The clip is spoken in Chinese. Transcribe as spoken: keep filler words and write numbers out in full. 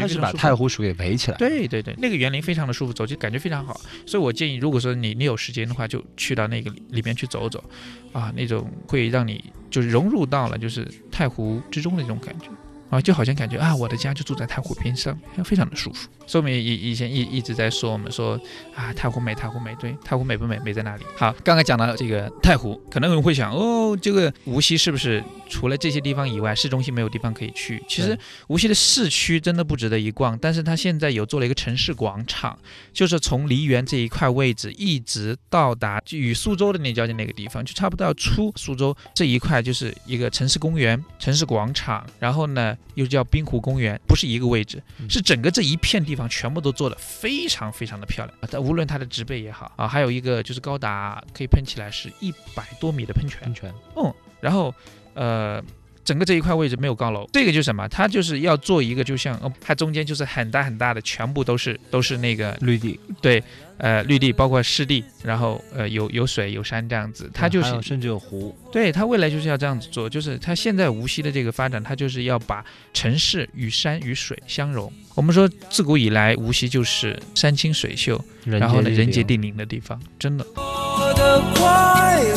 它是把太湖水给围起来。 对对对，那个园林非常的舒服，走起感觉非常好。所以我建议，如果说你你有时间的话，就去到那个里面去走走，啊，那种会让你就是融入到了就是太湖之中的那种感觉。啊，就好像感觉啊，我的家就住在太湖边上，非常的舒服。所以我们以以前一一直在说，我们说啊，太湖美，太湖美，对，太湖美不美，美在哪里？好，刚才讲到这个太湖，可能有人会想，哦，这个无锡是不是除了这些地方以外，市中心没有地方可以去？其实无锡的市区真的不值得一逛，但是它现在有做了一个城市广场，就是从梨园这一块位置一直到达与苏州的那交界那个地方，就差不多要出苏州这一块，就是一个城市公园、城市广场，然后呢又叫滨湖公园，不是一个位置，是整个这一片地方全部都做得非常非常的漂亮。它无论它的植被也好啊，还有一个就是高达可以喷起来是一百多米的喷泉， 喷泉， 嗯，然后呃。整个这一块位置没有高楼，这个就是什么？它就是要做一个，就像、哦、它中间就是很大很大的，全部都是都是那个绿地， 对，呃，绿地包括湿地，然后呃有有水有山这样子，它就是甚至有湖。 对，它未来就是要这样子做，就是它现在无锡的这个发展，它就是要把城市与山与水相融。我们说自古以来，无锡就是山清水秀，然后呢人杰地灵的地方，真的。我的快